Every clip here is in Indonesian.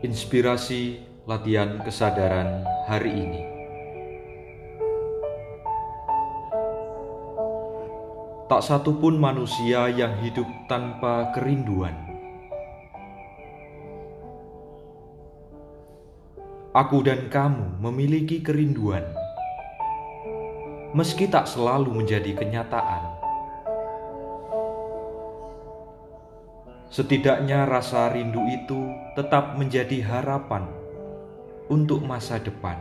Inspirasi latihan kesadaran hari ini. Tak satupun manusia yang hidup tanpa kerinduan. Aku dan kamu memiliki kerinduan, meski tak selalu menjadi kenyataan. Setidaknya rasa rindu itu tetap menjadi harapan untuk masa depan.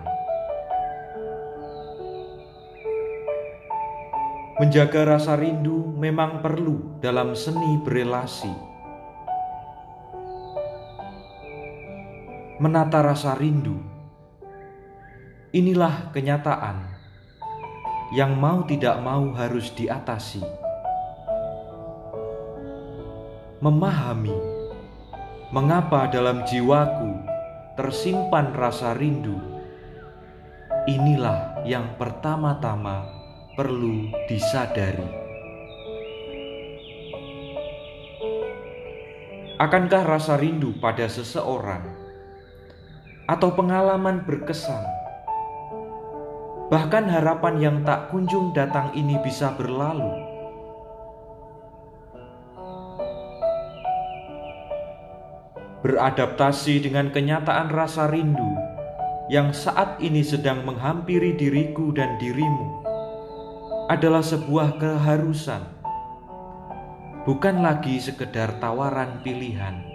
Menjaga rasa rindu memang perlu dalam seni berelasi. Menata rasa rindu, inilah kenyataan yang mau tidak mau harus diatasi. Memahami mengapa dalam jiwaku tersimpan rasa rindu, inilah yang pertama-tama perlu disadari. Akankah rasa rindu pada seseorang atau pengalaman berkesan, bahkan harapan yang tak kunjung datang ini bisa berlalu? Beradaptasi dengan kenyataan rasa rindu yang saat ini sedang menghampiri diriku dan dirimu adalah sebuah keharusan, bukan lagi sekedar tawaran pilihan.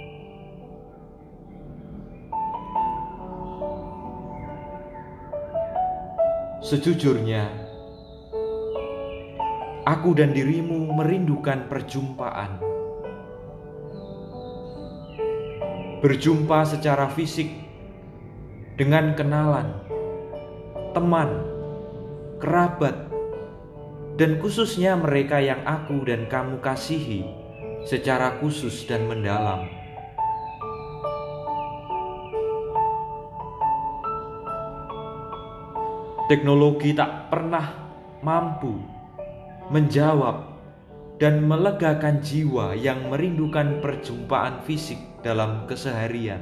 Sejujurnya, aku dan dirimu merindukan perjumpaan. Berjumpa secara fisik dengan kenalan, teman, kerabat, dan khususnya mereka yang aku dan kamu kasihi secara khusus dan mendalam. Teknologi tak pernah mampu menjawab dan melegakan jiwa yang merindukan perjumpaan fisik dalam keseharian.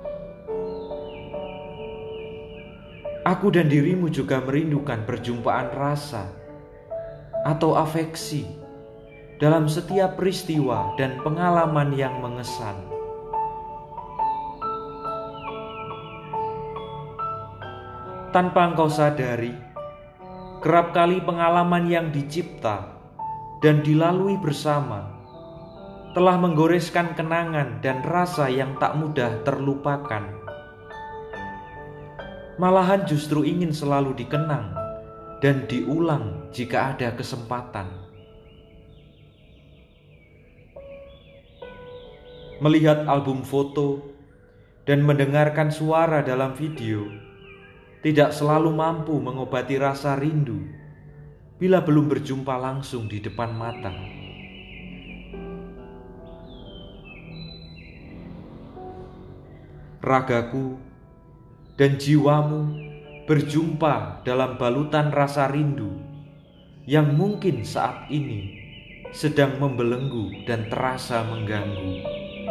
Aku dan dirimu juga merindukan perjumpaan rasa atau afeksi dalam setiap peristiwa dan pengalaman yang mengesan. Tanpa engkau sadari, kerap kali pengalaman yang dicipta dan dilalui bersama telah menggoreskan kenangan dan rasa yang tak mudah terlupakan. Malahan justru ingin selalu dikenang dan diulang jika ada kesempatan. Melihat album foto dan mendengarkan suara dalam video tidak selalu mampu mengobati rasa rindu bila belum berjumpa langsung di depan mata. Ragaku dan jiwamu berjumpa dalam balutan rasa rindu yang mungkin saat ini sedang membelenggu dan terasa mengganggu.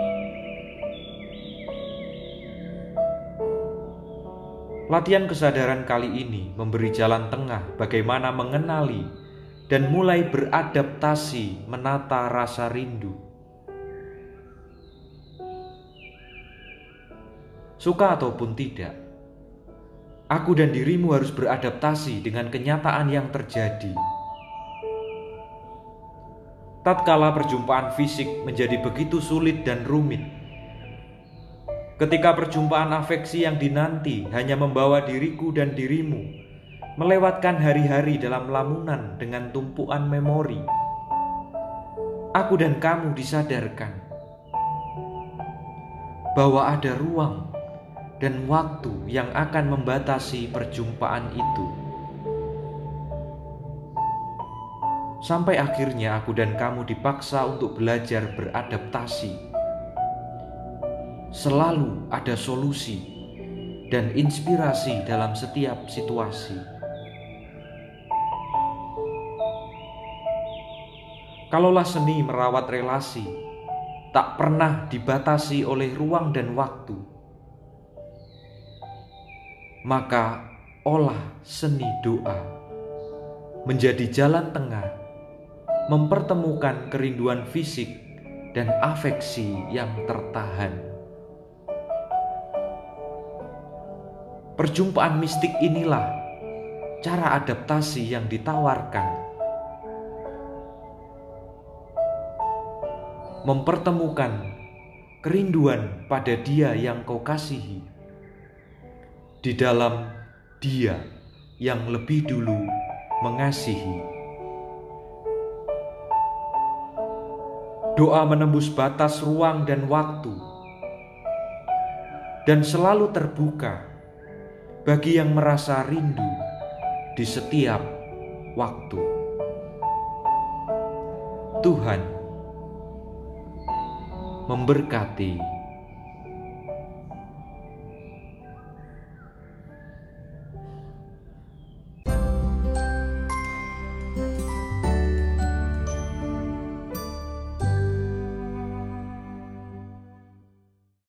Latihan kesadaran kali ini memberi jalan tengah bagaimana mengenali dan mulai beradaptasi menata rasa rindu. Suka ataupun tidak, aku dan dirimu harus beradaptasi dengan kenyataan yang terjadi. Tatkala perjumpaan fisik menjadi begitu sulit dan rumit, ketika perjumpaan afeksi yang dinanti hanya membawa diriku dan dirimu melewatkan hari-hari dalam lamunan dengan tumpuan memori, aku dan kamu disadarkan bahwa ada ruang dan waktu yang akan membatasi perjumpaan itu. Sampai akhirnya aku dan kamu dipaksa untuk belajar beradaptasi. Selalu ada solusi dan inspirasi dalam setiap situasi. Kalaulah seni merawat relasi tak pernah dibatasi oleh ruang dan waktu, maka olah seni doa menjadi jalan tengah mempertemukan kerinduan fisik dan afeksi yang tertahan. Perjumpaan mistik inilah cara adaptasi yang ditawarkan, mempertemukan kerinduan pada Dia yang kau kasihi di dalam Dia yang lebih dulu mengasihi. Doa menembus batas ruang dan waktu dan selalu terbuka bagi yang merasa rindu di setiap waktu. Tuhan memberkati.